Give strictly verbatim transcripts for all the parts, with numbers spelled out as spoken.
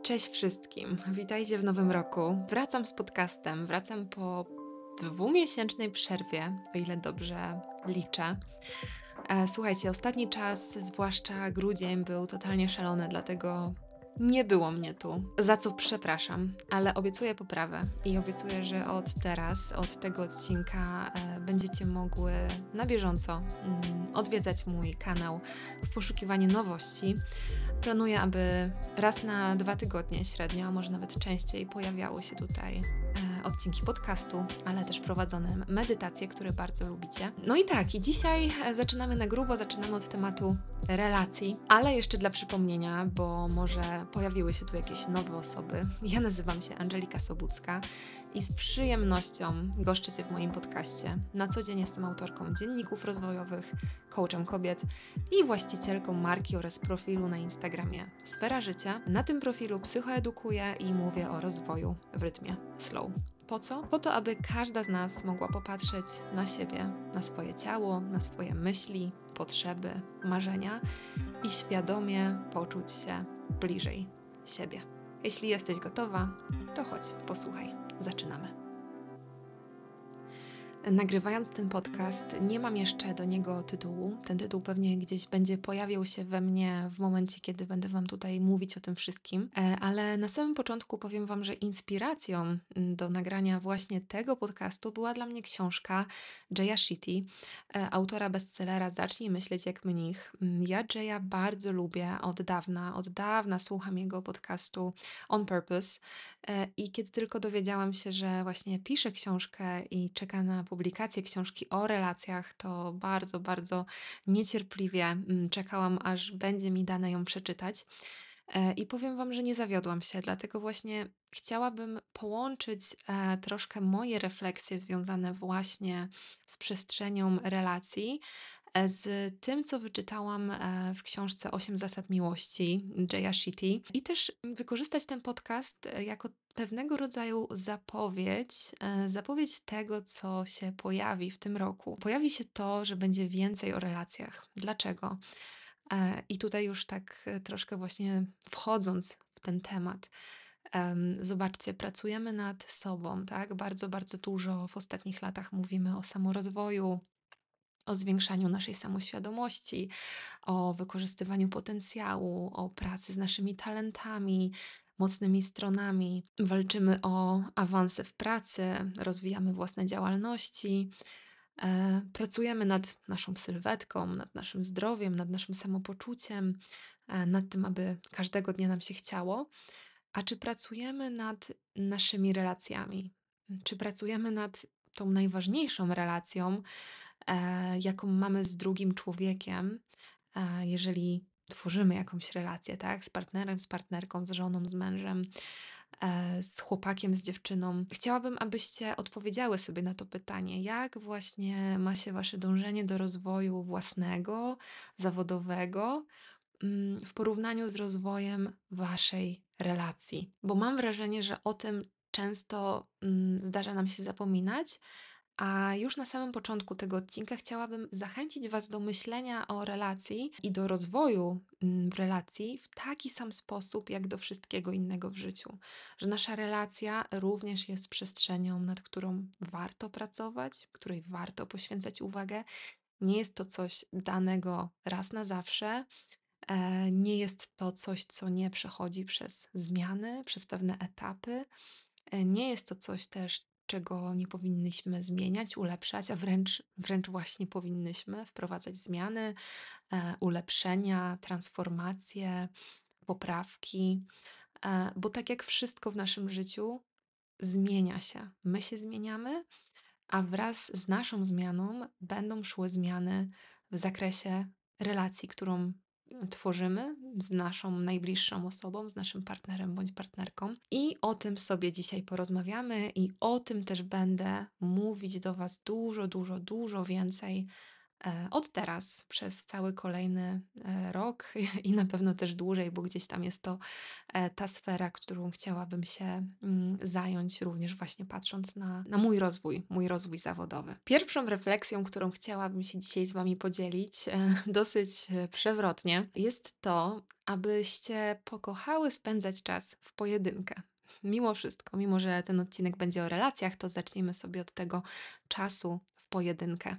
Cześć wszystkim, witajcie w nowym roku. Wracam z podcastem, wracam po dwumiesięcznej przerwie, o ile dobrze liczę. E, Słuchajcie, ostatni czas, zwłaszcza grudzień, był totalnie szalony, dlatego nie było mnie tu. Za co przepraszam, ale obiecuję poprawę i obiecuję, że od teraz, od tego odcinka e, będziecie mogły na bieżąco mm, odwiedzać mój kanał w poszukiwaniu nowości. Planuję, aby raz na dwa tygodnie średnio, a może nawet częściej pojawiały się tutaj e, odcinki podcastu, ale też prowadzone medytacje, które bardzo lubicie. No i tak, i dzisiaj e, zaczynamy na grubo, zaczynamy od tematu relacji, ale jeszcze dla przypomnienia, bo może pojawiły się tu jakieś nowe osoby. Ja nazywam się Angelika Sobucka i z przyjemnością goszczę Cię w moim podcaście. Na co dzień jestem autorką dzienników rozwojowych, coachem kobiet i właścicielką marki oraz profilu na Instagramie Sfera Życia. Na tym profilu psychoedukuję i mówię o rozwoju w rytmie slow. Po co? Po to, aby każda z nas mogła popatrzeć na siebie, na swoje ciało, na swoje myśli, potrzeby, marzenia i świadomie poczuć się bliżej siebie. Jeśli jesteś gotowa, to chodź, posłuchaj. Zaczynamy. Nagrywając ten podcast, nie mam jeszcze do niego tytułu. Ten tytuł pewnie gdzieś będzie pojawiał się we mnie w momencie, kiedy będę Wam tutaj mówić o tym wszystkim. E, Ale na samym początku powiem Wam, że inspiracją mm, do nagrania właśnie tego podcastu była dla mnie książka Jaya Shetty, e, autora bestsellera Zacznij myśleć jak mnich. Mm, Ja Jaya bardzo lubię od dawna, od dawna słucham jego podcastu On Purpose. E, I kiedy tylko dowiedziałam się, że właśnie pisze książkę i czeka na publikację książki o relacjach, to bardzo, bardzo niecierpliwie mm, czekałam, aż będzie mi dane ją przeczytać. E, I powiem Wam, że nie zawiodłam się, dlatego właśnie chciałabym połączyć e, troszkę moje refleksje związane właśnie z przestrzenią relacji e, z tym, co wyczytałam e, w książce Osiem zasad miłości Jaya Shetty i też wykorzystać ten podcast e, jako pewnego rodzaju zapowiedź, e, zapowiedź tego, co się pojawi w tym roku. Pojawi się to, że będzie więcej o relacjach. Dlaczego? E, I tutaj już tak e, troszkę właśnie wchodząc w ten temat, em, zobaczcie, pracujemy nad sobą, tak? Bardzo, bardzo dużo w ostatnich latach mówimy o samorozwoju, o zwiększaniu naszej samoświadomości, o wykorzystywaniu potencjału, o pracy z naszymi talentami, mocnymi stronami. Walczymy o awanse w pracy, rozwijamy własne działalności, e, pracujemy nad naszą sylwetką, nad naszym zdrowiem, nad naszym samopoczuciem, e, nad tym, aby każdego dnia nam się chciało. A czy pracujemy nad naszymi relacjami? Czy pracujemy nad tą najważniejszą relacją, e, jaką mamy z drugim człowiekiem, e, jeżeli tworzymy jakąś relację, tak? Z partnerem, z partnerką, z żoną, z mężem, e, z chłopakiem, z dziewczyną. Chciałabym, abyście odpowiedziały sobie na to pytanie, jak właśnie ma się wasze dążenie do rozwoju własnego, zawodowego, mm, w porównaniu z rozwojem waszej relacji. Bo mam wrażenie, że o tym często mm, zdarza nam się zapominać, a już na samym początku tego odcinka chciałabym zachęcić Was do myślenia o relacji i do rozwoju mm, w relacji w taki sam sposób, jak do wszystkiego innego w życiu. Że nasza relacja również jest przestrzenią, nad którą warto pracować, której warto poświęcać uwagę. Nie jest to coś danego raz na zawsze. E, Nie jest to coś, co nie przechodzi przez zmiany, przez pewne etapy. E, Nie jest to coś też, czego nie powinnyśmy zmieniać, ulepszać, a wręcz, wręcz właśnie powinnyśmy wprowadzać zmiany, e, ulepszenia, transformacje, poprawki, e, bo tak jak wszystko w naszym życiu zmienia się. My się zmieniamy, a wraz z naszą zmianą będą szły zmiany w zakresie relacji, którą y, tworzymy z naszą najbliższą osobą, z naszym partnerem bądź partnerką. I o tym sobie dzisiaj porozmawiamy, i o tym też będę mówić do Was dużo, dużo, dużo więcej e, od teraz przez cały kolejny e, rok i na pewno też dłużej, bo gdzieś tam jest to e, ta sfera, którą chciałabym się mm, zająć, również właśnie patrząc na, na mój rozwój, mój rozwój zawodowy. Pierwszą refleksją, którą chciałabym się dzisiaj z Wami podzielić, e, dosyć e, przewrotnie, jest to, abyście pokochały spędzać czas w pojedynkę. Mimo wszystko, mimo że ten odcinek będzie o relacjach, to zacznijmy sobie od tego czasu w pojedynkę.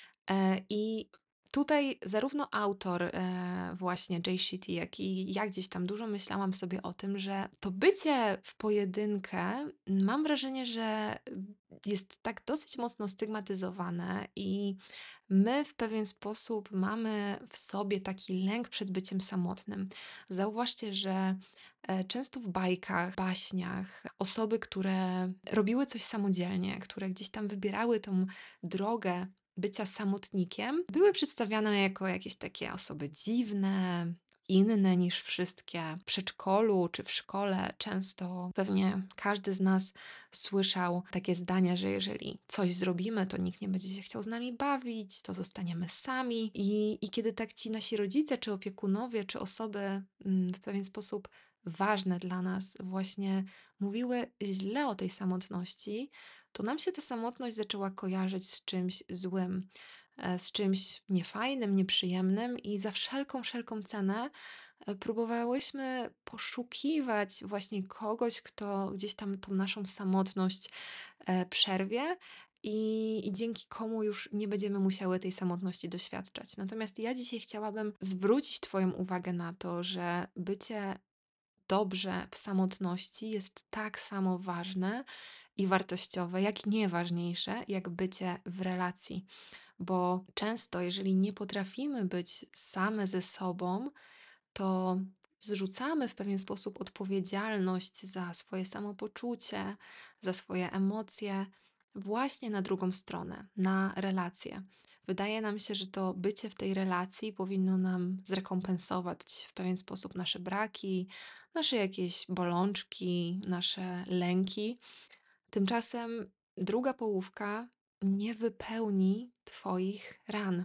E, I tutaj zarówno autor, e, właśnie Jay Shetty, jak i ja gdzieś tam dużo myślałam sobie o tym, że to bycie w pojedynkę, mam wrażenie, że jest tak dosyć mocno stygmatyzowane i my w pewien sposób mamy w sobie taki lęk przed byciem samotnym. Zauważcie, że e, często w bajkach, baśniach osoby, które robiły coś samodzielnie, które gdzieś tam wybierały tą drogę bycia samotnikiem, były przedstawiane jako jakieś takie osoby dziwne, inne niż wszystkie. W przedszkolu czy w szkole często pewnie każdy z nas słyszał takie zdania, że jeżeli coś zrobimy, to nikt nie będzie się chciał z nami bawić, to zostaniemy sami. I, i kiedy tak ci nasi rodzice, czy opiekunowie, czy osoby mm, w pewien sposób ważne dla nas właśnie mówiły źle o tej samotności, to nam się ta samotność zaczęła kojarzyć z czymś złym, e, z czymś niefajnym, nieprzyjemnym i za wszelką, wszelką cenę e, próbowałyśmy poszukiwać właśnie kogoś, kto gdzieś tam tą naszą samotność e, przerwie i, i dzięki komu już nie będziemy musiały tej samotności doświadczać. Natomiast ja dzisiaj chciałabym zwrócić Twoją uwagę na to, że bycie dobrze w samotności jest tak samo ważne i wartościowe, jak i nieważniejsze, jak bycie w relacji. Bo często, jeżeli nie potrafimy być same ze sobą, to zrzucamy w pewien sposób odpowiedzialność za swoje samopoczucie, za swoje emocje właśnie na drugą stronę, na relacje. Wydaje nam się, że to bycie w tej relacji powinno nam zrekompensować w pewien sposób nasze braki, nasze jakieś bolączki, nasze lęki. Tymczasem druga połówka nie wypełni Twoich ran.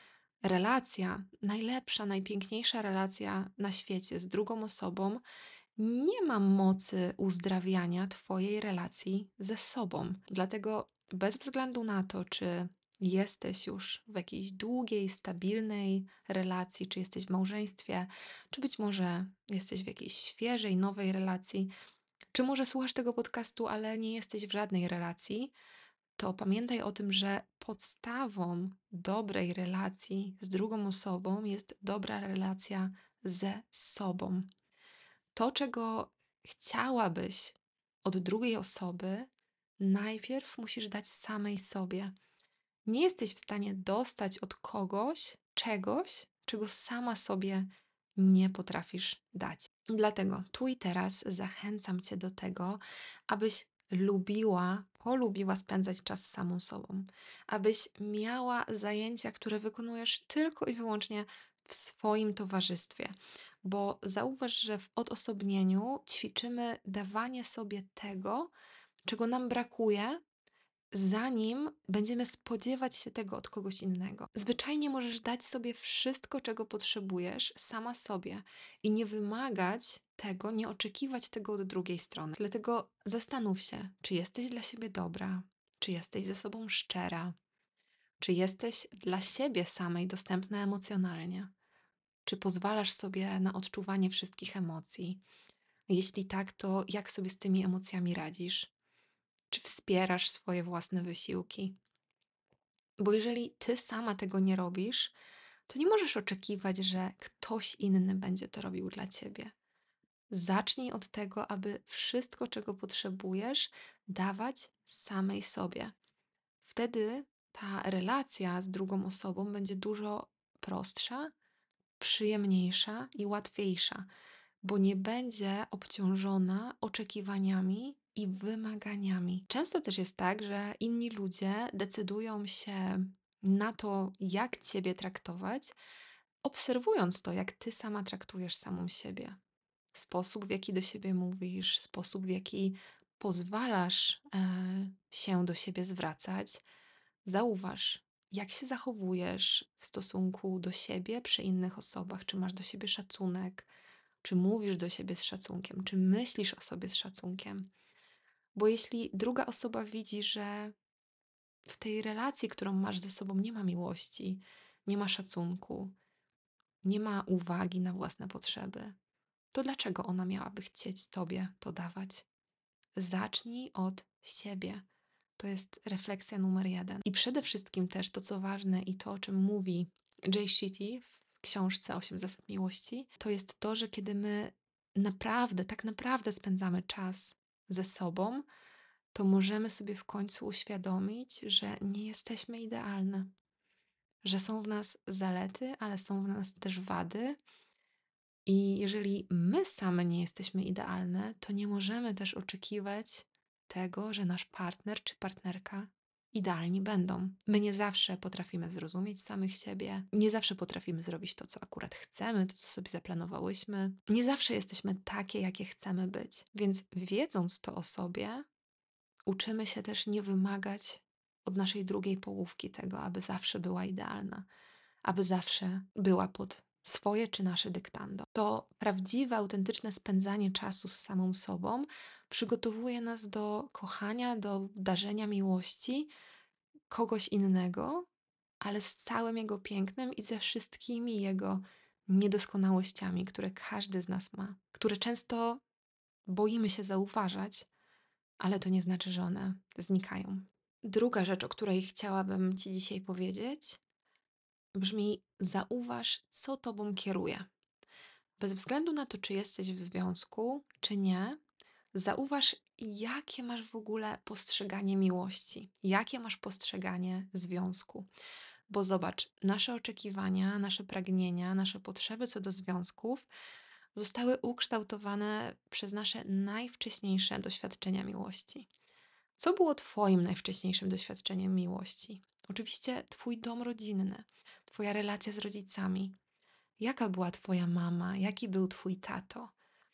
Relacja, najlepsza, najpiękniejsza relacja na świecie z drugą osobą, nie ma mocy uzdrawiania Twojej relacji ze sobą. Dlatego bez względu na to, czy jesteś już w jakiejś długiej, stabilnej relacji, czy jesteś w małżeństwie, czy być może jesteś w jakiejś świeżej, nowej relacji, czy może słuchasz tego podcastu, ale nie jesteś w żadnej relacji, to pamiętaj o tym, że podstawą dobrej relacji z drugą osobą jest dobra relacja ze sobą. To, czego chciałabyś od drugiej osoby, najpierw musisz dać samej sobie. Nie jesteś w stanie dostać od kogoś czegoś, czego sama sobie nie potrafisz dać. Dlatego tu i teraz zachęcam Cię do tego, abyś lubiła, polubiła spędzać czas z samą sobą, abyś miała zajęcia, które wykonujesz tylko i wyłącznie w swoim towarzystwie. Bo zauważ, że w odosobnieniu ćwiczymy dawanie sobie tego, czego nam brakuje, zanim będziemy spodziewać się tego od kogoś innego. Zwyczajnie możesz dać sobie wszystko, czego potrzebujesz, sama sobie i nie wymagać tego, nie oczekiwać tego od drugiej strony. Dlatego zastanów się, czy jesteś dla siebie dobra, czy jesteś ze sobą szczera, czy jesteś dla siebie samej dostępna emocjonalnie, czy pozwalasz sobie na odczuwanie wszystkich emocji. Jeśli tak, to jak sobie z tymi emocjami radzisz? Czy wspierasz swoje własne wysiłki? Bo jeżeli ty sama tego nie robisz, to nie możesz oczekiwać, że ktoś inny będzie to robił dla ciebie. Zacznij od tego, aby wszystko, czego potrzebujesz, dawać samej sobie. Wtedy ta relacja z drugą osobą będzie dużo prostsza, przyjemniejsza i łatwiejsza, bo nie będzie obciążona oczekiwaniami i wymaganiami. Często też jest tak, że inni ludzie decydują się na to, jak ciebie traktować, obserwując to, jak ty sama traktujesz samą siebie. Sposób, w jaki do siebie mówisz, sposób, w jaki pozwalasz e, się do siebie zwracać. Zauważ, Jak się zachowujesz w stosunku do siebie przy innych osobach? Czy masz do siebie szacunek? Czy mówisz do siebie z szacunkiem? Czy myślisz o sobie z szacunkiem? Bo jeśli druga osoba widzi, że w tej relacji, którą masz ze sobą, nie ma miłości, nie ma szacunku, nie ma uwagi na własne potrzeby, to dlaczego ona miałaby chcieć tobie to dawać? Zacznij od siebie. To jest refleksja numer jeden. I przede wszystkim też to, co ważne i to, o czym mówi Jay Shetty w książce Osiem zasad miłości, to jest to, że kiedy my naprawdę, tak naprawdę spędzamy czas ze sobą, to możemy sobie w końcu uświadomić, że nie jesteśmy idealne, że są w nas zalety, ale są w nas też wady. I jeżeli my same nie jesteśmy idealne, to nie możemy też oczekiwać tego, że nasz partner czy partnerka idealni będą. My nie zawsze potrafimy zrozumieć samych siebie, nie zawsze potrafimy zrobić to, co akurat chcemy, to, co sobie zaplanowałyśmy. Nie zawsze jesteśmy takie, jakie chcemy być. Więc wiedząc to o sobie, uczymy się też nie wymagać od naszej drugiej połówki tego, aby zawsze była idealna, aby zawsze była pod swoje czy nasze dyktando. To prawdziwe, autentyczne spędzanie czasu z samą sobą przygotowuje nas do kochania, do darzenia miłości kogoś innego, ale z całym jego pięknem i ze wszystkimi jego niedoskonałościami, które każdy z nas ma, które często boimy się zauważać, ale to nie znaczy, że one znikają. Druga rzecz, o której chciałabym Ci dzisiaj powiedzieć, brzmi: zauważ, co tobą kieruje. Bez względu na to, czy jesteś w związku, czy nie, zauważ, jakie masz w ogóle postrzeganie miłości, jakie masz postrzeganie związku. Bo zobacz, nasze oczekiwania, nasze pragnienia, nasze potrzeby co do związków zostały ukształtowane przez nasze najwcześniejsze doświadczenia miłości. Co było Twoim najwcześniejszym doświadczeniem miłości? Oczywiście Twój dom rodzinny, Twoja relacja z rodzicami. Jaka była Twoja mama? Jaki był Twój tato?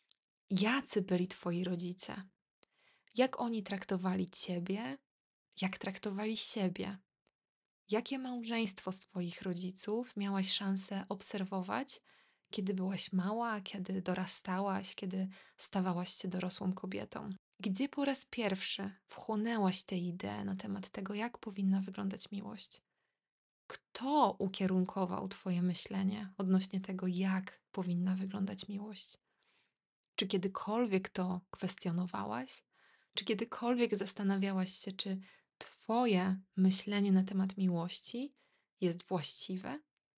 Jacy byli Twoi rodzice? Jak oni traktowali Ciebie? Jak traktowali siebie? Jakie małżeństwo swoich rodziców miałaś szansę obserwować, kiedy byłaś mała, kiedy dorastałaś, kiedy stawałaś się dorosłą kobietą? Gdzie po raz pierwszy wchłonęłaś tę ideę na temat tego, jak powinna wyglądać miłość? Kto ukierunkował Twoje myślenie odnośnie tego, jak powinna wyglądać miłość? Czy kiedykolwiek to kwestionowałaś? Czy kiedykolwiek zastanawiałaś się, czy Twoje myślenie na temat miłości jest właściwe?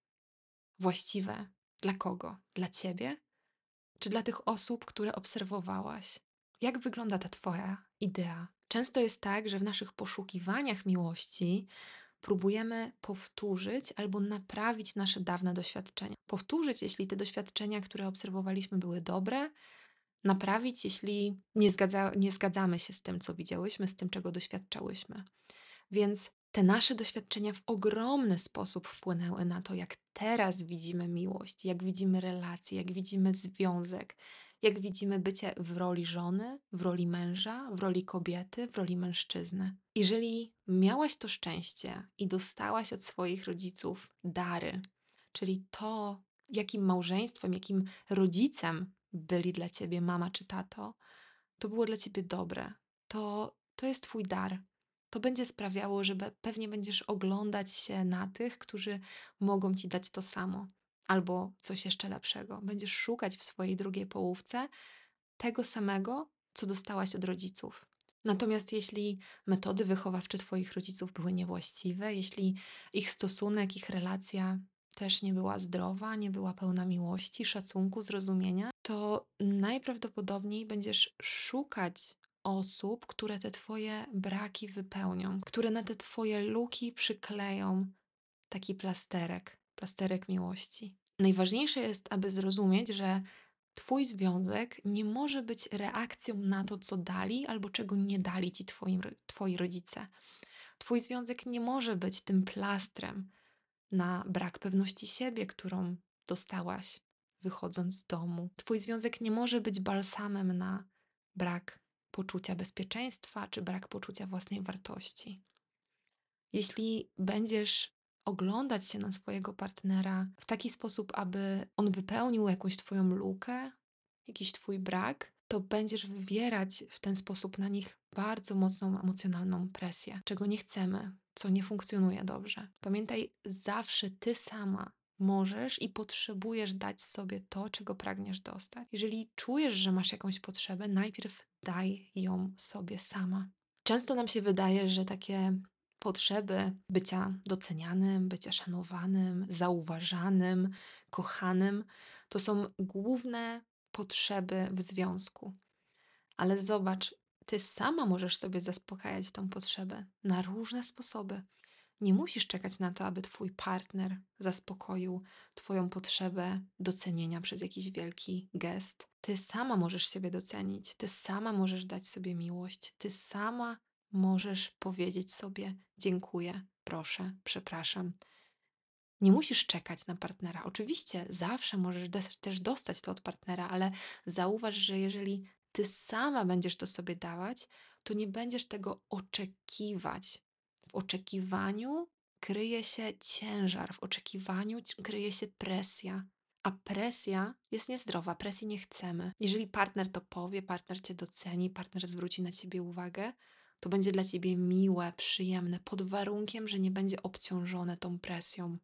Właściwe dla kogo? Dla Ciebie? Czy dla tych osób, które obserwowałaś? Jak wygląda ta Twoja idea? Często jest tak, że w naszych poszukiwaniach miłości próbujemy powtórzyć albo naprawić nasze dawne doświadczenia. Powtórzyć, jeśli te doświadczenia, które obserwowaliśmy, były dobre, naprawić, jeśli nie, zgadza, nie zgadzamy się z tym, co widziałyśmy, z tym, czego doświadczałyśmy. Więc te nasze doświadczenia w ogromny sposób wpłynęły na to, jak teraz widzimy miłość, jak widzimy relacje, jak widzimy związek, jak widzimy bycie w roli żony, w roli męża, w roli kobiety, w roli mężczyzny. Jeżeli miałaś to szczęście i dostałaś od swoich rodziców dary, czyli to, jakim małżeństwem, jakim rodzicem byli dla ciebie mama czy tato, to było dla ciebie dobre. To, to jest twój dar. To będzie sprawiało, że be- pewnie będziesz oglądać się na tych, którzy mogą ci dać to samo albo coś jeszcze lepszego. Będziesz szukać w swojej drugiej połówce tego samego, co dostałaś od rodziców. Natomiast jeśli metody wychowawcze Twoich rodziców były niewłaściwe, jeśli ich stosunek, ich relacja też nie była zdrowa, nie była pełna miłości, szacunku, zrozumienia, to najprawdopodobniej będziesz szukać osób, które te Twoje braki wypełnią, które na te Twoje luki przykleją taki plasterek, plasterek miłości. Najważniejsze jest, aby zrozumieć, że Twój związek nie może być reakcją na to, co dali albo czego nie dali ci twoim, twoi rodzice. Twój związek nie może być tym plastrem na brak pewności siebie, którą dostałaś wychodząc z domu. Twój związek nie może być balsamem na brak poczucia bezpieczeństwa czy brak poczucia własnej wartości. Jeśli będziesz oglądać się na swojego partnera w taki sposób, aby on wypełnił jakąś Twoją lukę, jakiś Twój brak, to będziesz wywierać w ten sposób na nich bardzo mocną emocjonalną presję, czego nie chcemy, co nie funkcjonuje dobrze. Pamiętaj, zawsze Ty sama możesz i potrzebujesz dać sobie to, czego pragniesz dostać. Jeżeli czujesz, że masz jakąś potrzebę, najpierw daj ją sobie sama. Często nam się wydaje, że takie potrzeby bycia docenianym, bycia szanowanym, zauważanym, kochanym to są główne potrzeby w związku. Ale zobacz, ty sama możesz sobie zaspokajać tą potrzebę na różne sposoby. Nie musisz czekać na to, aby twój partner zaspokoił twoją potrzebę docenienia przez jakiś wielki gest. Ty sama możesz siebie docenić, ty sama możesz dać sobie miłość, ty sama możesz powiedzieć sobie dziękuję, proszę, przepraszam. Nie musisz czekać na partnera. Oczywiście zawsze możesz des- też dostać to od partnera, ale zauważ, że jeżeli ty sama będziesz to sobie dawać, to nie będziesz tego oczekiwać. W oczekiwaniu kryje się ciężar, w oczekiwaniu ci- kryje się presja. A presja jest niezdrowa, presji nie chcemy. Jeżeli partner to powie, partner cię doceni, partner zwróci na ciebie uwagę, to będzie dla ciebie miłe, przyjemne, pod warunkiem, że nie będzie obciążone tą presją.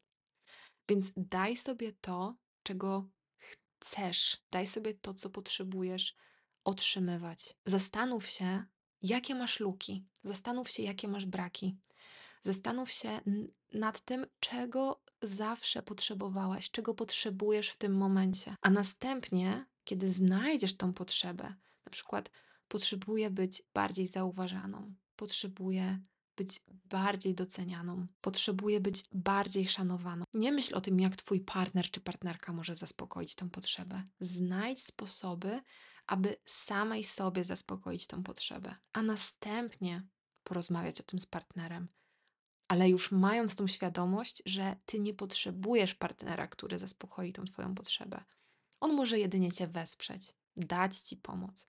Więc daj sobie to, czego chcesz. Daj sobie to, co potrzebujesz otrzymywać. Zastanów się, jakie masz luki. Zastanów się, jakie masz braki. Zastanów się n- nad tym, czego zawsze potrzebowałaś, czego potrzebujesz w tym momencie. A następnie, kiedy znajdziesz tą potrzebę, na przykład potrzebuję być bardziej zauważaną, potrzebuję być bardziej docenianą, potrzebuję być bardziej szanowaną. Nie myśl o tym, jak twój partner czy partnerka może zaspokoić tą potrzebę. Znajdź sposoby, aby samej sobie zaspokoić tą potrzebę, a następnie porozmawiać o tym z partnerem, ale już mając tą świadomość, że ty nie potrzebujesz partnera, który zaspokoi tą twoją potrzebę. On może jedynie cię wesprzeć, dać ci pomoc,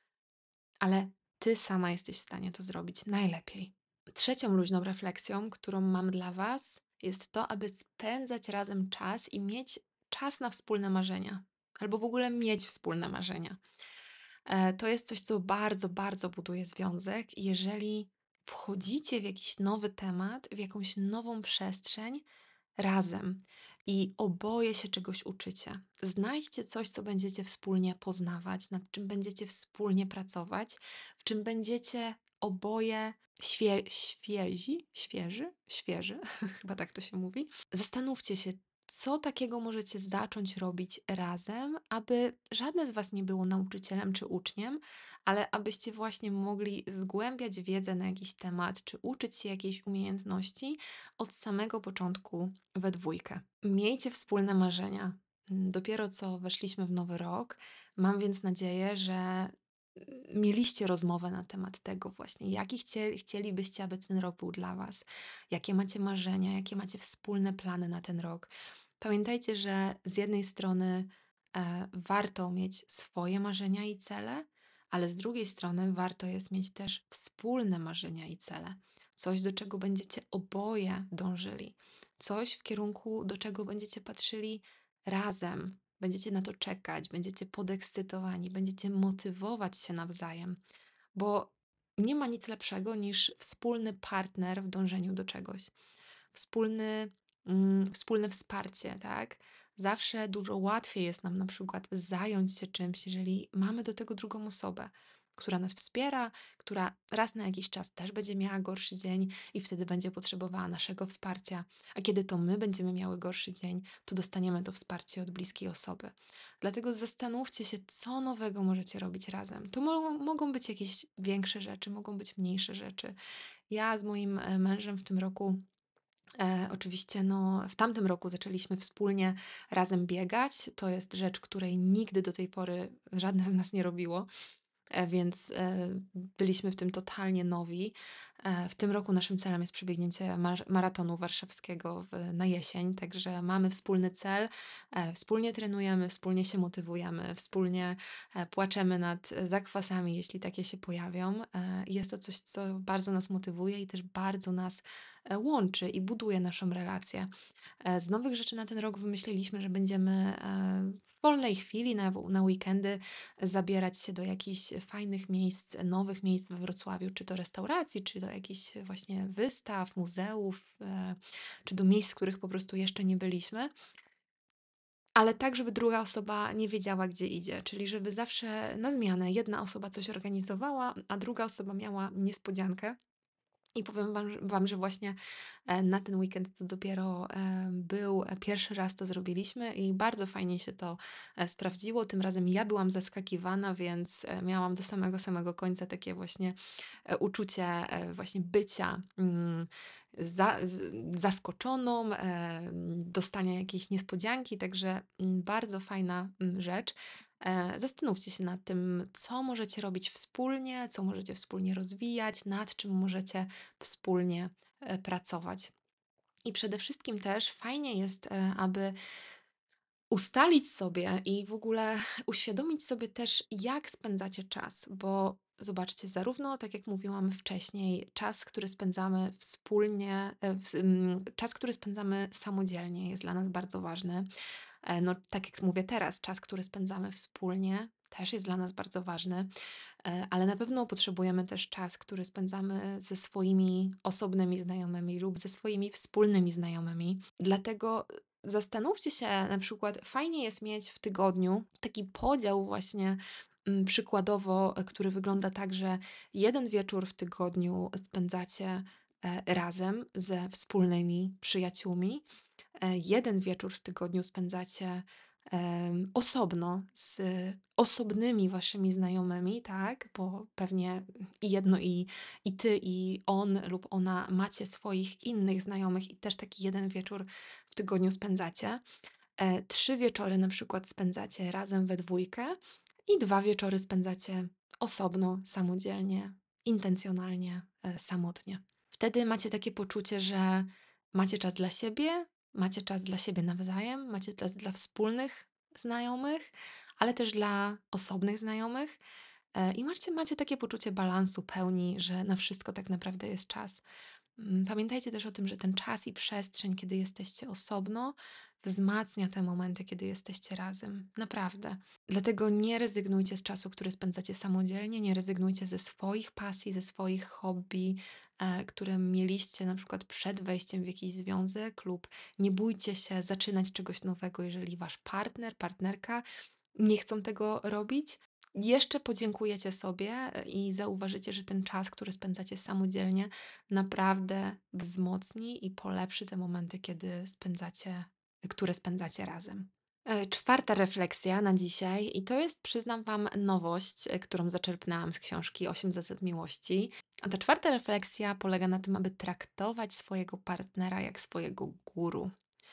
ale ty sama jesteś w stanie to zrobić najlepiej. Trzecią luźną refleksją, którą mam dla was, jest to, aby spędzać razem czas i mieć czas na wspólne marzenia, albo w ogóle mieć wspólne marzenia. E, To jest coś, co bardzo, bardzo buduje związek. I jeżeli wchodzicie w jakiś nowy temat, w jakąś nową przestrzeń razem i oboje się czegoś uczycie, znajdźcie coś, co będziecie wspólnie poznawać, nad czym będziecie wspólnie pracować, w czym będziecie oboje świe świezi, świeży, świeży, chyba tak to się mówi. Zastanówcie się, co takiego możecie zacząć robić razem, aby żadne z Was nie było nauczycielem czy uczniem, ale abyście właśnie mogli zgłębiać wiedzę na jakiś temat, czy uczyć się jakiejś umiejętności od samego początku we dwójkę. Miejcie wspólne marzenia. Mm, Dopiero co weszliśmy w nowy rok, mam więc nadzieję, że mm, mieliście rozmowę na temat tego właśnie, jaki chcie, chcielibyście, aby ten rok był dla Was, jakie macie marzenia, jakie macie wspólne plany na ten rok. Pamiętajcie, że z jednej strony e, warto mieć swoje marzenia i cele, ale z drugiej strony warto jest mieć też wspólne marzenia i cele. Coś, do czego będziecie oboje dążyli. Coś, w kierunku, do czego będziecie patrzyli razem. Będziecie na to czekać, będziecie podekscytowani, będziecie motywować się nawzajem, bo nie ma nic lepszego niż wspólny partner w dążeniu do czegoś. Wspólny, mm, wspólne wsparcie, tak? Zawsze dużo łatwiej jest nam na przykład zająć się czymś, jeżeli mamy do tego drugą osobę, która nas wspiera, która raz na jakiś czas też będzie miała gorszy dzień i wtedy będzie potrzebowała naszego wsparcia, a kiedy to my będziemy miały gorszy dzień, to dostaniemy to wsparcie od bliskiej osoby. Dlatego zastanówcie się, co nowego możecie robić razem. To mo- mogą być jakieś większe rzeczy, mogą być mniejsze rzeczy. Ja z moim e, mężem w tym roku E, oczywiście, no, w tamtym roku zaczęliśmy wspólnie razem biegać. To jest rzecz, której nigdy do tej pory żadne z nas nie robiło, e, więc e, byliśmy w tym totalnie nowi. E, w tym roku naszym celem jest przebiegnięcie mar- maratonu warszawskiego w, na jesień, także mamy wspólny cel, e, wspólnie trenujemy, wspólnie się motywujemy, wspólnie e, płaczemy nad zakwasami, jeśli takie się pojawią. E, jest to coś, co bardzo nas motywuje i też bardzo nas e, łączy i buduje naszą relację. E, Z nowych rzeczy na ten rok wymyśliliśmy, że będziemy e, w wolnej chwili, na, w- na weekendy, zabierać się do jakichś fajnych miejsc, nowych miejsc we Wrocławiu, czy to restauracji, czy do jakichś właśnie wystaw, muzeów, e, czy do miejsc, w których po prostu jeszcze nie byliśmy. Ale tak, żeby druga osoba nie wiedziała, gdzie idzie, czyli żeby zawsze na zmianę jedna osoba coś organizowała, a druga osoba miała niespodziankę. I powiem wam, że- wam, że właśnie e, na ten weekend to dopiero e, był e, pierwszy raz to zrobiliśmy i bardzo fajnie się to e, sprawdziło. Tym razem ja byłam zaskakiwana, więc e, miałam do samego samego końca takie właśnie e, uczucie e, właśnie bycia mm, za, z, zaskoczoną, e, dostania jakiejś niespodzianki, także mm, bardzo fajna mm, rzecz. E, Zastanówcie się nad tym, co możecie robić wspólnie, co możecie wspólnie rozwijać, nad czym możecie wspólnie e, pracować. I przede wszystkim też fajnie jest, e, aby ustalić sobie i w ogóle uświadomić sobie też, jak spędzacie czas, bo zobaczcie, zarówno tak jak mówiłam wcześniej, czas, który spędzamy wspólnie, e, w- mm, czas, który spędzamy samodzielnie jest dla nas bardzo ważny. E, No, tak jak mówię teraz, czas, który spędzamy wspólnie, też jest dla nas bardzo ważny, e, ale na pewno potrzebujemy też czas, który spędzamy ze swoimi osobnymi znajomymi lub ze swoimi wspólnymi znajomymi. Dlatego zastanówcie się, na przykład, fajnie jest mieć w tygodniu taki podział, właśnie mm, przykładowo, e, który wygląda tak, że jeden wieczór w tygodniu spędzacie e, razem ze wspólnymi przyjaciółmi, e, jeden wieczór w tygodniu spędzacie em, osobno z osobnymi waszymi znajomymi, tak? Bo pewnie i jedno, i, i ty, i on lub ona macie swoich innych znajomych i też taki jeden wieczór w tygodniu spędzacie. E, trzy wieczory na przykład spędzacie razem we dwójkę i dwa wieczory spędzacie osobno, samodzielnie, intencjonalnie, e, samotnie. Wtedy macie takie poczucie, że macie czas dla siebie, macie czas dla siebie nawzajem, macie czas dla wspólnych znajomych, ale też dla osobnych znajomych. E, I macie, macie takie poczucie balansu, pełni, że na wszystko tak naprawdę jest czas. Mm, Pamiętajcie też o tym, że ten czas i przestrzeń, kiedy jesteście osobno, wzmacnia te momenty, kiedy jesteście razem. Naprawdę. Dlatego nie rezygnujcie z czasu, który spędzacie samodzielnie, nie rezygnujcie ze swoich pasji, ze swoich hobby, e, które mieliście na przykład przed wejściem w jakiś związek, lub nie bójcie się zaczynać czegoś nowego, jeżeli wasz partner, partnerka nie chcą tego robić. Jeszcze podziękujecie sobie e, i zauważycie, że ten czas, który spędzacie samodzielnie, naprawdę wzmocni i polepszy te momenty, kiedy spędzacie, które spędzacie razem. E, Czwarta refleksja na dzisiaj, i to jest, przyznam Wam, nowość, e, którą zaczerpnęłam z książki Osiem zasad miłości. A ta czwarta refleksja polega na tym, aby traktować swojego partnera jak swojego guru.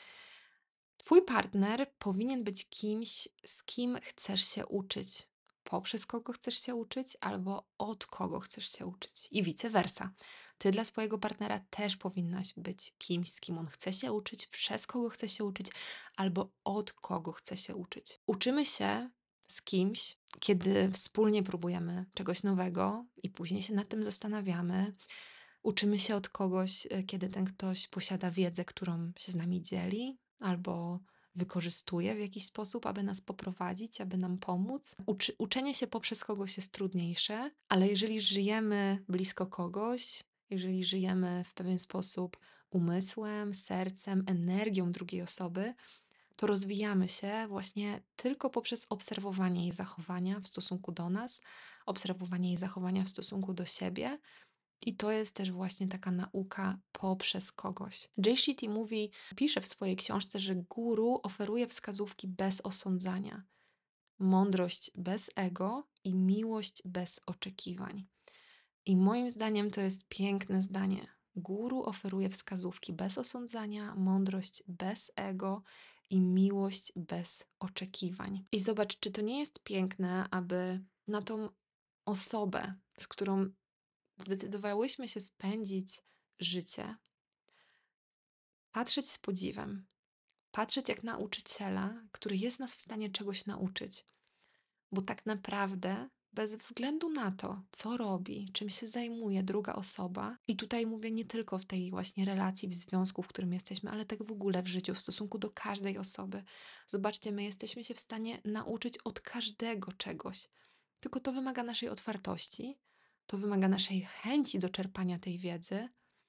Twój partner powinien być kimś, z kim chcesz się uczyć, poprzez kogo chcesz się uczyć, albo od kogo chcesz się uczyć, i vice versa. Ty dla swojego partnera też powinnaś być kimś, z kim on chce się uczyć, przez kogo chce się uczyć, albo od kogo chce się uczyć. Uczymy się z kimś, kiedy wspólnie próbujemy czegoś nowego i później się nad tym zastanawiamy. Uczymy się od kogoś, e, kiedy ten ktoś posiada wiedzę, którą się z nami dzieli, albo wykorzystuje w jakiś sposób, aby nas poprowadzić, aby nam pomóc. Uczy, uczenie się poprzez kogoś jest trudniejsze, ale jeżeli żyjemy blisko kogoś, jeżeli żyjemy w pewien sposób umysłem, sercem, energią drugiej osoby, to rozwijamy się właśnie tylko poprzez obserwowanie jej zachowania w stosunku do nas, obserwowanie jej zachowania w stosunku do siebie. I to jest też właśnie taka nauka poprzez kogoś. Jay Shetty mówi, pisze w swojej książce, że guru oferuje wskazówki bez osądzania, mądrość bez ego i miłość bez oczekiwań. I moim zdaniem to jest piękne zdanie. Guru oferuje wskazówki bez osądzania, mądrość bez ego i miłość bez oczekiwań. I zobacz, czy to nie jest piękne, aby na tą osobę, z którą zdecydowałyśmy się spędzić życie, patrzeć z podziwem, patrzeć jak nauczyciela, który jest nas w stanie czegoś nauczyć, bo tak naprawdę bez względu na to, co robi, czym się zajmuje druga osoba, i tutaj mówię nie tylko w tej właśnie relacji, w związku, w którym jesteśmy, ale tak w ogóle w życiu, w stosunku do każdej osoby. Zobaczcie, my jesteśmy się w stanie nauczyć od każdego czegoś, tylko to wymaga naszej otwartości, to wymaga naszej chęci do czerpania tej wiedzy,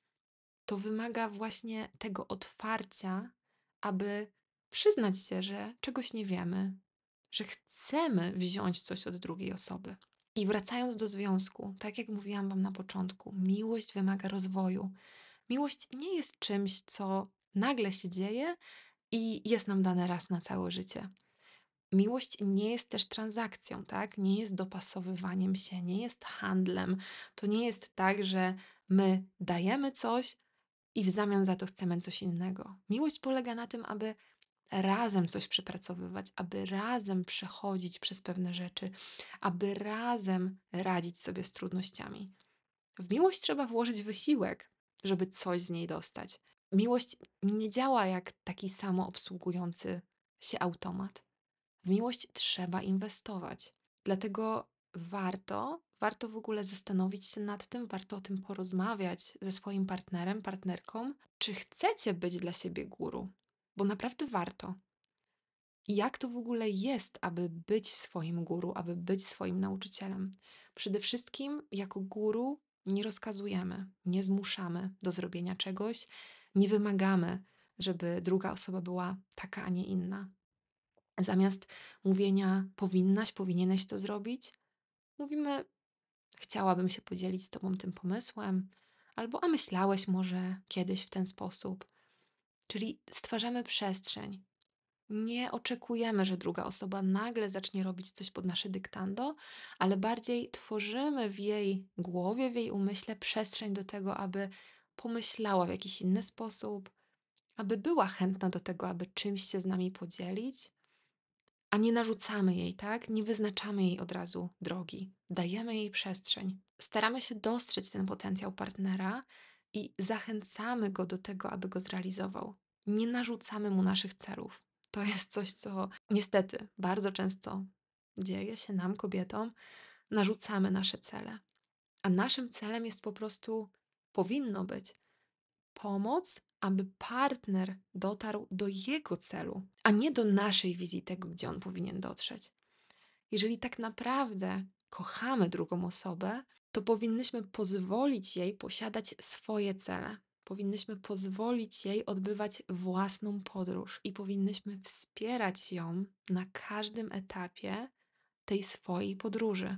to wymaga właśnie tego otwarcia, aby przyznać się, że czegoś nie wiemy, że chcemy wziąć coś od drugiej osoby. I wracając do związku, tak jak mówiłam Wam na początku, miłość wymaga rozwoju. Miłość nie jest czymś, co nagle się dzieje i jest nam dane raz na całe życie. Miłość nie jest też transakcją, tak? Nie jest dopasowywaniem się, nie jest handlem. To nie jest tak, że my dajemy coś i w zamian za to chcemy coś innego. Miłość polega na tym, aby razem coś przepracowywać, aby razem przechodzić przez pewne rzeczy, aby razem radzić sobie z trudnościami. W miłość trzeba włożyć wysiłek, żeby coś z niej dostać. Miłość nie działa jak taki samoobsługujący się automat. W miłość trzeba inwestować. Dlatego warto, warto w ogóle zastanowić się nad tym, warto o tym porozmawiać ze swoim partnerem, partnerką, czy chcecie być dla siebie guru, bo naprawdę warto. I jak to w ogóle jest, aby być swoim guru, aby być swoim nauczycielem? Przede wszystkim, jako guru nie rozkazujemy, nie zmuszamy do zrobienia czegoś, nie wymagamy, żeby druga osoba była taka, a nie inna. Zamiast mówienia powinnaś, powinieneś to zrobić, mówimy chciałabym się podzielić z tobą tym pomysłem, albo a myślałeś może kiedyś w ten sposób. Czyli stwarzamy przestrzeń. Nie oczekujemy, że druga osoba nagle zacznie robić coś pod nasze dyktando, ale bardziej tworzymy w jej głowie, w jej umyśle przestrzeń do tego, aby pomyślała w jakiś inny sposób, aby była chętna do tego, aby czymś się z nami podzielić, a nie narzucamy jej, tak? Nie wyznaczamy jej od razu drogi. Dajemy jej przestrzeń. Staramy się dostrzec ten potencjał partnera i zachęcamy go do tego, aby go zrealizował. Nie narzucamy mu naszych celów. To jest coś, co niestety bardzo często dzieje się nam, kobietom. Narzucamy nasze cele. A naszym celem jest po prostu, powinno być, pomoc, aby partner dotarł do jego celu, a nie do naszej wizji tego, gdzie on powinien dotrzeć. Jeżeli tak naprawdę kochamy drugą osobę, to powinnyśmy pozwolić jej posiadać swoje cele. Powinnyśmy pozwolić jej odbywać własną podróż i powinnyśmy wspierać ją na każdym etapie tej swojej podróży,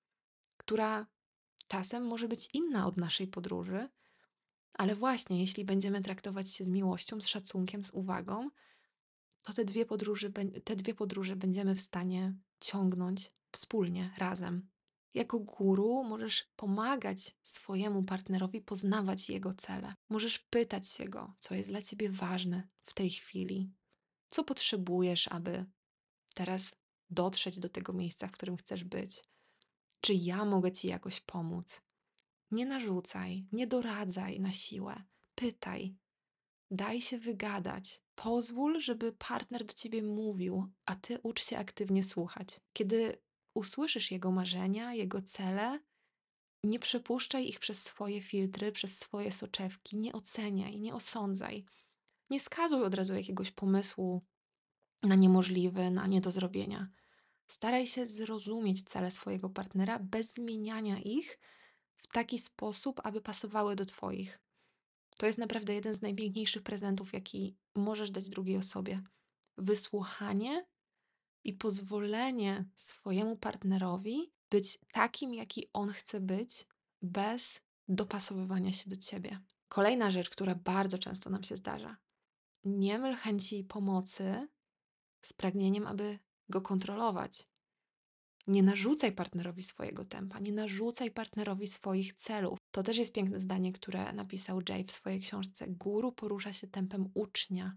która czasem może być inna od naszej podróży, ale właśnie jeśli będziemy traktować się z miłością, z szacunkiem, z uwagą, to te dwie podróże, te dwie podróże będziemy w stanie ciągnąć wspólnie, razem. Jako guru możesz pomagać swojemu partnerowi poznawać jego cele. Możesz pytać się go, co jest dla ciebie ważne w tej chwili, co potrzebujesz, aby teraz dotrzeć do tego miejsca, w którym chcesz być. Czy ja mogę ci jakoś pomóc? Nie narzucaj, nie doradzaj na siłę. Pytaj, daj się wygadać. Pozwól, żeby partner do ciebie mówił, a ty ucz się aktywnie słuchać. Kiedy usłyszysz jego marzenia, jego cele, nie przepuszczaj ich przez swoje filtry, przez swoje soczewki, nie oceniaj, nie osądzaj. Nie skazuj od razu jakiegoś pomysłu na niemożliwy, na nie do zrobienia. Staraj się zrozumieć cele swojego partnera bez zmieniania ich w taki sposób, aby pasowały do twoich. To jest naprawdę jeden z najpiękniejszych prezentów, jaki możesz dać drugiej osobie. Wysłuchanie i pozwolenie swojemu partnerowi być takim, jaki on chce być, bez dopasowywania się do ciebie. Kolejna rzecz, która bardzo często nam się zdarza. Nie myl chęci pomocy z pragnieniem, aby go kontrolować. Nie narzucaj partnerowi swojego tempa, nie narzucaj partnerowi swoich celów. To też jest piękne zdanie, które napisał Jay w swojej książce. Guru porusza się tempem ucznia.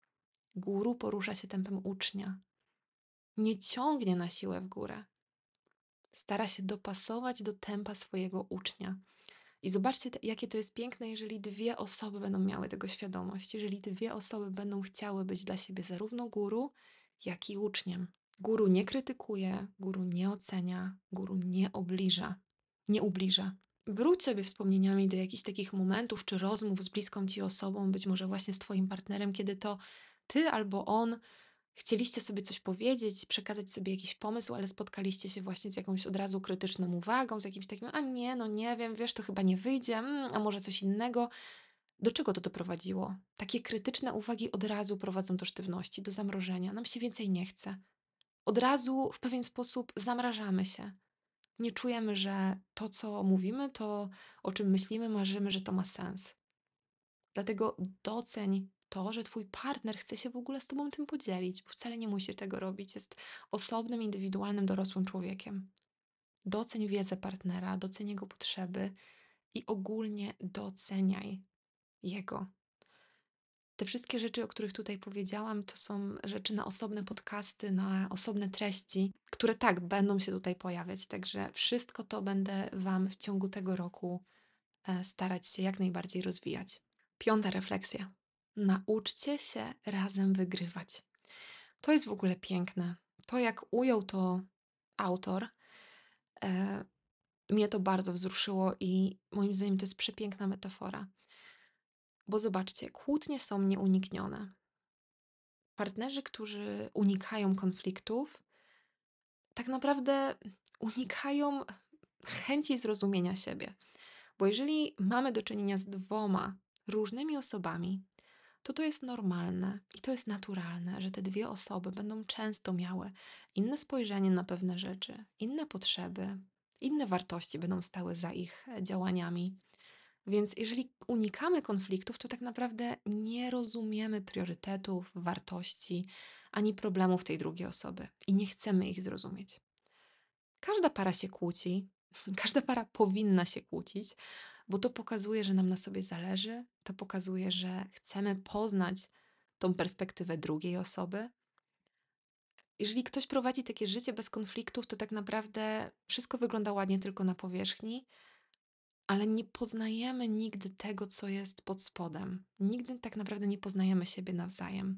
Guru porusza się tempem ucznia. Nie ciągnie na siłę w górę. Stara się dopasować do tempa swojego ucznia. I zobaczcie, jakie to jest piękne, jeżeli dwie osoby będą miały tego świadomość, jeżeli dwie osoby będą chciały być dla siebie zarówno guru, jak i uczniem. Guru nie krytykuje, guru nie ocenia, guru nie obliża, nie ubliża. Wróć sobie wspomnieniami do jakichś takich momentów czy rozmów z bliską ci osobą, być może właśnie z twoim partnerem, kiedy to ty albo on chcieliście sobie coś powiedzieć, przekazać sobie jakiś pomysł, ale spotkaliście się właśnie z jakąś od razu krytyczną uwagą, z jakimś takim, a nie, no nie wiem, wiesz, to chyba nie wyjdzie, mm, a może coś innego. Do czego to doprowadziło? Takie krytyczne uwagi od razu prowadzą do sztywności, do zamrożenia. Nam się więcej nie chce. Od razu w pewien sposób zamrażamy się. Nie czujemy, że to, co mówimy, to, o czym myślimy, marzymy, że to ma sens. Dlatego doceń to, że twój partner chce się w ogóle z tobą tym podzielić, bo wcale nie musi tego robić. Jest osobnym, indywidualnym, dorosłym człowiekiem. Doceń wiedzę partnera, doceń jego potrzeby i ogólnie doceniaj jego. Te wszystkie rzeczy, o których tutaj powiedziałam, to są rzeczy na osobne podcasty, na osobne treści, które tak będą się tutaj pojawiać. Także wszystko to będę Wam w ciągu tego roku e, starać się jak najbardziej rozwijać. Piąta refleksja. Nauczcie się razem wygrywać. To jest w ogóle piękne. To, jak ujął to autor, e, mnie to bardzo wzruszyło i moim zdaniem to jest przepiękna metafora. Bo zobaczcie, kłótnie są nieuniknione. Partnerzy, którzy unikają konfliktów, tak naprawdę unikają chęci zrozumienia siebie. Bo jeżeli mamy do czynienia z dwoma różnymi osobami, to to jest normalne i to jest naturalne, że te dwie osoby będą często miały inne spojrzenie na pewne rzeczy, inne potrzeby, inne wartości będą stały za ich e, działaniami. Więc jeżeli unikamy konfliktów, to tak naprawdę nie rozumiemy priorytetów, wartości ani problemów tej drugiej osoby i nie chcemy ich zrozumieć. Każda para się kłóci, każda para powinna się kłócić, bo to pokazuje, że nam na sobie zależy, to pokazuje, że chcemy poznać tą perspektywę drugiej osoby. Jeżeli ktoś prowadzi takie życie bez konfliktów, to tak naprawdę wszystko wygląda ładnie tylko na powierzchni, ale nie poznajemy nigdy tego, co jest pod spodem. Nigdy tak naprawdę nie poznajemy siebie nawzajem.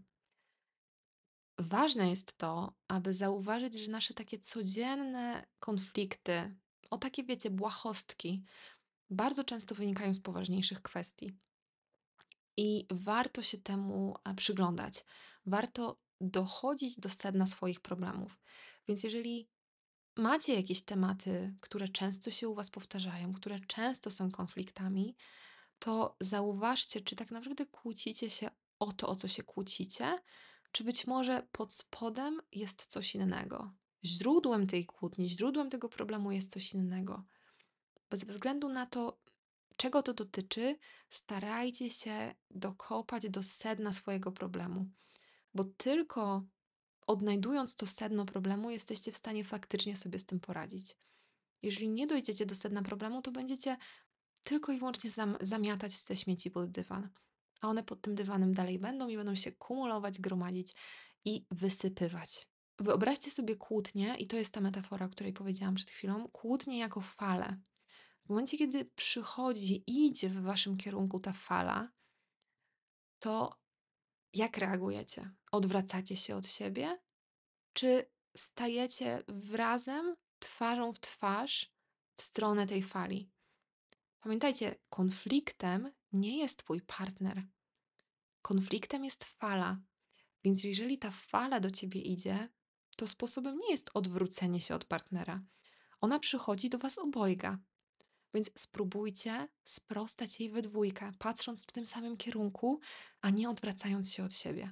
Ważne jest to, aby zauważyć, że nasze takie codzienne konflikty, o takie wiecie, błahostki, bardzo często wynikają z poważniejszych kwestii. I warto się temu e, przyglądać. Warto dochodzić do sedna swoich problemów. Więc jeżeli macie jakieś tematy, które często się u Was powtarzają, które często są konfliktami, to zauważcie, czy tak naprawdę kłócicie się o to, o co się kłócicie, czy być może pod spodem jest coś innego. Źródłem tej kłótni, źródłem tego problemu jest coś innego. Bez względu na to, czego to dotyczy, starajcie się dokopać do sedna swojego problemu, bo tylko odnajdując to sedno problemu, jesteście w stanie faktycznie sobie z tym poradzić. Jeżeli nie dojdziecie do sedna problemu, to będziecie tylko i wyłącznie zam zamiatać te śmieci pod dywan. A one pod tym dywanem dalej będą i będą się kumulować, gromadzić i wysypywać. Wyobraźcie sobie kłótnię, i to jest ta metafora, o której powiedziałam przed chwilą, kłótnię jako falę. W momencie, kiedy przychodzi, idzie w waszym kierunku ta fala, to jak reagujecie? Odwracacie się od siebie? Czy stajecie razem, twarzą w twarz, w stronę tej fali? Pamiętajcie, konfliktem nie jest twój partner. Konfliktem jest fala. Więc jeżeli ta fala do ciebie idzie, to sposobem nie jest odwrócenie się od partnera. Ona przychodzi do was obojga. Więc spróbujcie sprostać jej we dwójkę, patrząc w tym samym kierunku, a nie odwracając się od siebie.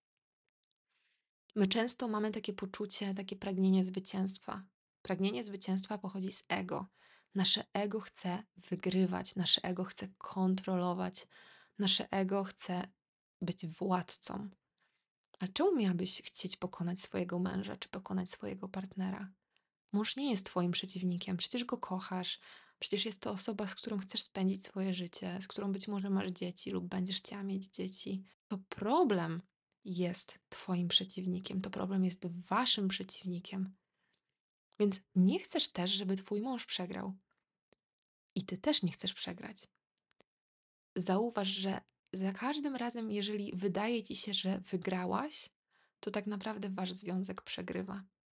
My często mamy takie poczucie, takie pragnienie zwycięstwa. Pragnienie zwycięstwa pochodzi z ego. Nasze ego chce wygrywać, nasze ego chce kontrolować, nasze ego chce być władcą. A czemu miałabyś chcieć pokonać swojego męża czy pokonać swojego partnera? Mąż nie jest twoim przeciwnikiem, przecież go kochasz, przecież jest to osoba, z którą chcesz spędzić swoje życie, z którą być może masz dzieci lub będziesz chciała mieć dzieci. To problem jest twoim przeciwnikiem, to problem jest waszym przeciwnikiem. Więc nie chcesz też, żeby twój mąż przegrał. I ty też nie chcesz przegrać. Zauważ, że za każdym razem, jeżeli wydaje ci się, że wygrałaś, to tak naprawdę wasz związek przegrywa.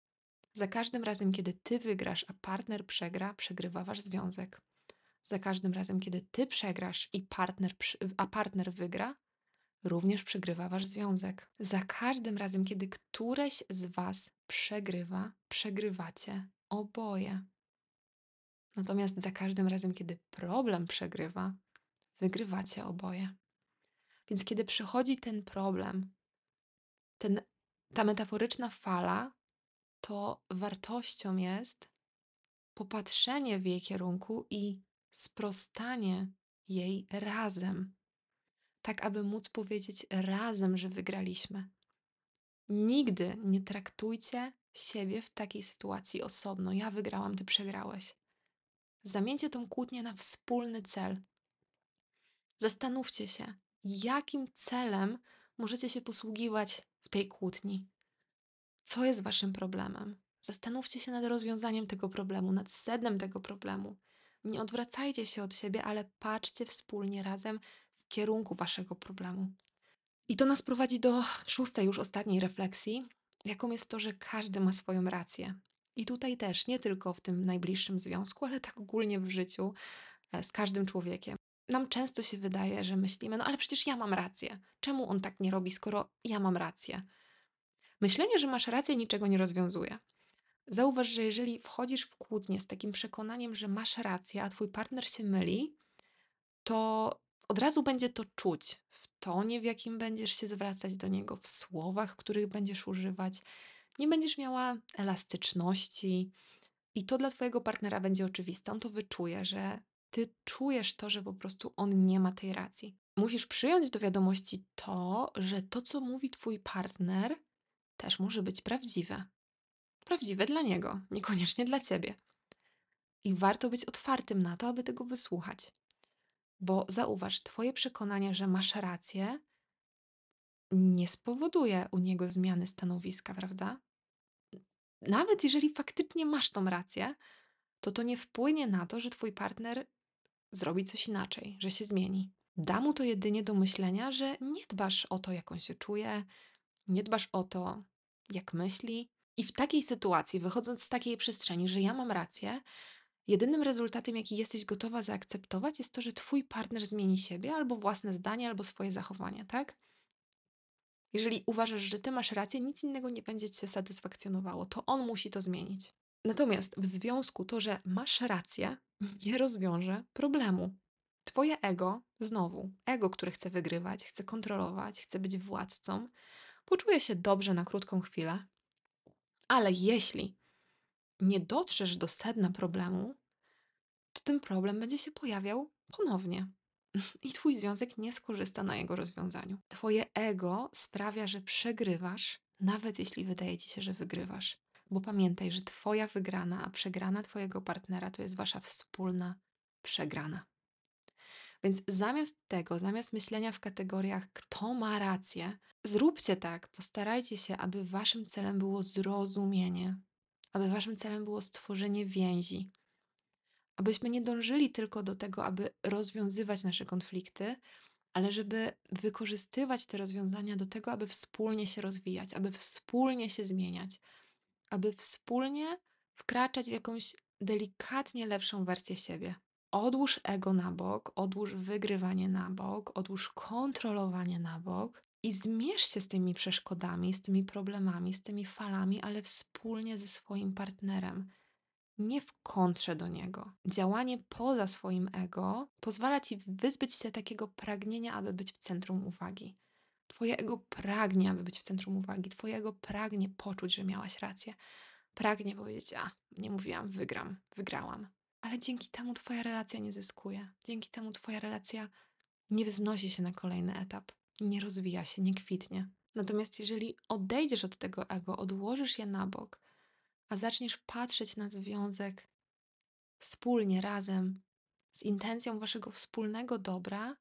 Za każdym razem, kiedy ty wygrasz, a partner przegra, przegrywa wasz związek. Za każdym razem, kiedy ty przegrasz i partner, przy- a partner wygra, również przegrywa wasz związek. Za każdym razem, kiedy któreś z was przegrywa, przegrywacie oboje. Natomiast za każdym razem, kiedy problem przegrywa, wygrywacie oboje. Więc kiedy przychodzi ten problem, ten, ta metaforyczna fala, to wartością jest popatrzenie w jej kierunku i sprostanie jej razem. Tak, aby móc powiedzieć razem, że wygraliśmy. Nigdy nie traktujcie siebie w takiej sytuacji osobno. Ja wygrałam, ty przegrałeś. Zamieńcie tą kłótnię na wspólny cel. Zastanówcie się, jakim celem możecie się posługiwać w tej kłótni. Co jest waszym problemem? Zastanówcie się nad rozwiązaniem tego problemu, nad sednem tego problemu. Nie odwracajcie się od siebie, ale patrzcie wspólnie razem w kierunku waszego problemu. I to nas prowadzi do szóstej, już ostatniej refleksji, jaką jest to, że każdy ma swoją rację. I tutaj też, nie tylko w tym najbliższym związku, ale tak ogólnie w życiu, e, z każdym człowiekiem. Nam często się wydaje, że myślimy, no ale przecież ja mam rację. Czemu on tak nie robi, skoro ja mam rację? Myślenie, że masz rację, niczego nie rozwiązuje. Zauważ, że jeżeli wchodzisz w kłótnię z takim przekonaniem, że masz rację, a twój partner się myli, to od razu będzie to czuć w tonie, w jakim będziesz się zwracać do niego, w słowach, których będziesz używać. Nie będziesz miała elastyczności i to dla twojego partnera będzie oczywiste. On to wyczuje, że ty czujesz to, że po prostu on nie ma tej racji. Musisz przyjąć do wiadomości to, że to, co mówi twój partner, też może być prawdziwe. Prawdziwe dla niego, niekoniecznie dla ciebie. I warto być otwartym na to, aby tego wysłuchać. Bo zauważ, twoje przekonanie, że masz rację, nie spowoduje u niego zmiany stanowiska, prawda? Nawet jeżeli faktycznie masz tą rację, to to nie wpłynie na to, że twój partner zrobi coś inaczej, że się zmieni. Da mu to jedynie do myślenia, że nie dbasz o to, jak on się czuje, nie dbasz o to, jak myśli. I w takiej sytuacji, wychodząc z takiej przestrzeni, że ja mam rację, jedynym rezultatem, jaki jesteś gotowa zaakceptować, jest to, że twój partner zmieni siebie, albo własne zdanie, albo swoje zachowanie, tak? Jeżeli uważasz, że ty masz rację, nic innego nie będzie cię satysfakcjonowało, to on musi to zmienić. Natomiast w związku to, że masz rację, nie rozwiąże problemu. Twoje ego, znowu, ego, które chce wygrywać, chce kontrolować, chce być władcą, poczuje się dobrze na krótką chwilę, ale jeśli nie dotrzesz do sedna problemu, to ten problem będzie się pojawiał ponownie. I twój związek nie skorzysta na jego rozwiązaniu. Twoje ego sprawia, że przegrywasz, nawet jeśli wydaje ci się, że wygrywasz. Bo pamiętaj, że twoja wygrana, a przegrana twojego partnera to jest wasza wspólna przegrana. Więc zamiast tego, zamiast myślenia w kategoriach kto ma rację, zróbcie tak, postarajcie się, aby waszym celem było zrozumienie, aby waszym celem było stworzenie więzi, abyśmy nie dążyli tylko do tego, aby rozwiązywać nasze konflikty, ale żeby wykorzystywać te rozwiązania do tego, aby wspólnie się rozwijać, aby wspólnie się zmieniać, aby wspólnie wkraczać w jakąś delikatnie lepszą wersję siebie. Odłóż ego na bok, odłóż wygrywanie na bok, odłóż kontrolowanie na bok i zmierz się z tymi przeszkodami, z tymi problemami, z tymi falami, ale wspólnie ze swoim partnerem. Nie w kontrze do niego. Działanie poza swoim ego pozwala ci wyzbyć się takiego pragnienia, aby być w centrum uwagi. Twoje ego pragnie, aby być w centrum uwagi. Twoje ego pragnie poczuć, że miałaś rację. Pragnie powiedzieć, a, nie mówiłam, wygram, wygrałam. Ale dzięki temu twoja relacja nie zyskuje. Dzięki temu twoja relacja nie wznosi się na kolejny etap. Nie rozwija się, nie kwitnie. Natomiast jeżeli odejdziesz od tego ego, odłożysz je na bok, a zaczniesz patrzeć na związek wspólnie, razem, z intencją waszego wspólnego dobra,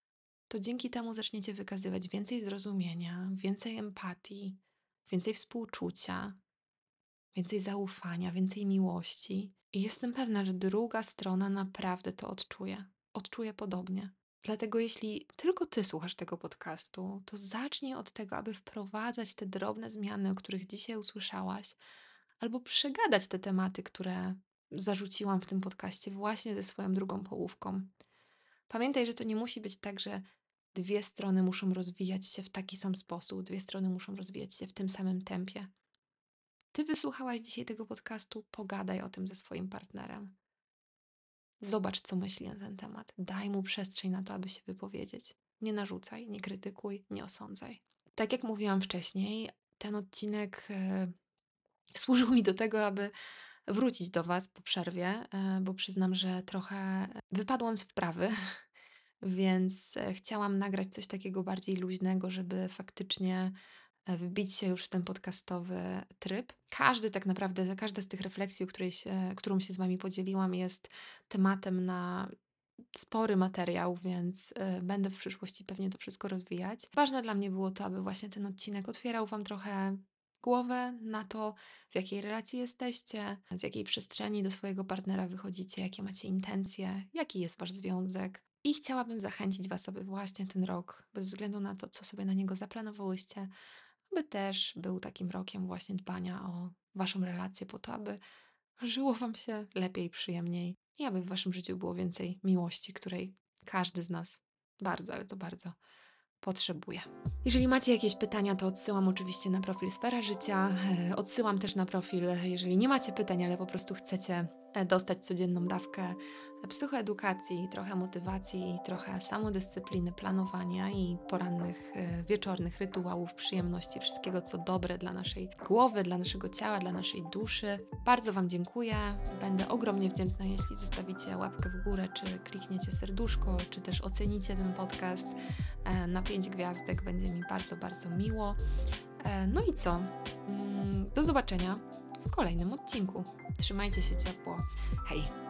to dzięki temu zaczniecie wykazywać więcej zrozumienia, więcej empatii, więcej współczucia, więcej zaufania, więcej miłości. I jestem pewna, że druga strona naprawdę to odczuje. Odczuje podobnie. Dlatego jeśli tylko ty słuchasz tego podcastu, to zacznij od tego, aby wprowadzać te drobne zmiany, o których dzisiaj usłyszałaś, albo przegadać te tematy, które zarzuciłam w tym podcaście właśnie ze swoją drugą połówką. Pamiętaj, że to nie musi być tak, że dwie strony muszą rozwijać się w taki sam sposób, dwie strony muszą rozwijać się w tym samym tempie. Ty wysłuchałaś dzisiaj tego podcastu, pogadaj o tym ze swoim partnerem. Zobacz, co myśli na ten temat. Daj mu przestrzeń na to, aby się wypowiedzieć. Nie narzucaj, nie krytykuj, nie osądzaj. Tak jak mówiłam wcześniej, ten odcinek e, służył mi do tego, aby wrócić do Was po przerwie, e, bo przyznam, że trochę wypadłam z wprawy, więc e, chciałam nagrać coś takiego bardziej luźnego, żeby faktycznie e, wbić się już w ten podcastowy tryb. Każdy tak naprawdę, każda z tych refleksji, o której się, którą się z Wami podzieliłam, jest tematem na spory materiał, więc y, będę w przyszłości pewnie to wszystko rozwijać. Ważne dla mnie było to, aby właśnie ten odcinek otwierał Wam trochę głowę na to, w jakiej relacji jesteście, z jakiej przestrzeni do swojego partnera wychodzicie, jakie macie intencje, jaki jest Wasz związek. I chciałabym zachęcić Was, aby właśnie ten rok, bez względu na to, co sobie na niego zaplanowałyście, aby też był takim rokiem właśnie dbania o Waszą relację, po to, aby żyło Wam się lepiej, przyjemniej i aby w Waszym życiu było więcej miłości, której każdy z nas bardzo, ale to bardzo potrzebuje. Jeżeli macie jakieś pytania, to odsyłam oczywiście na profil Sfera Życia. E, Odsyłam też na profil, jeżeli nie macie pytań, ale po prostu chcecie e, dostać codzienną dawkę psychoedukacji, trochę motywacji, trochę samodyscypliny, planowania i porannych, e, wieczornych rytuałów, przyjemności, wszystkiego co dobre dla naszej głowy, dla naszego ciała, dla naszej duszy. Bardzo Wam dziękuję. Będę ogromnie wdzięczna, jeśli zostawicie łapkę w górę, czy klikniecie serduszko, czy też ocenicie ten podcast e, na pięć gwiazdek. Będzie mi bardzo, bardzo miło. E, No i co? Mm, Do zobaczenia w kolejnym odcinku. Trzymajcie się ciepło. Hej!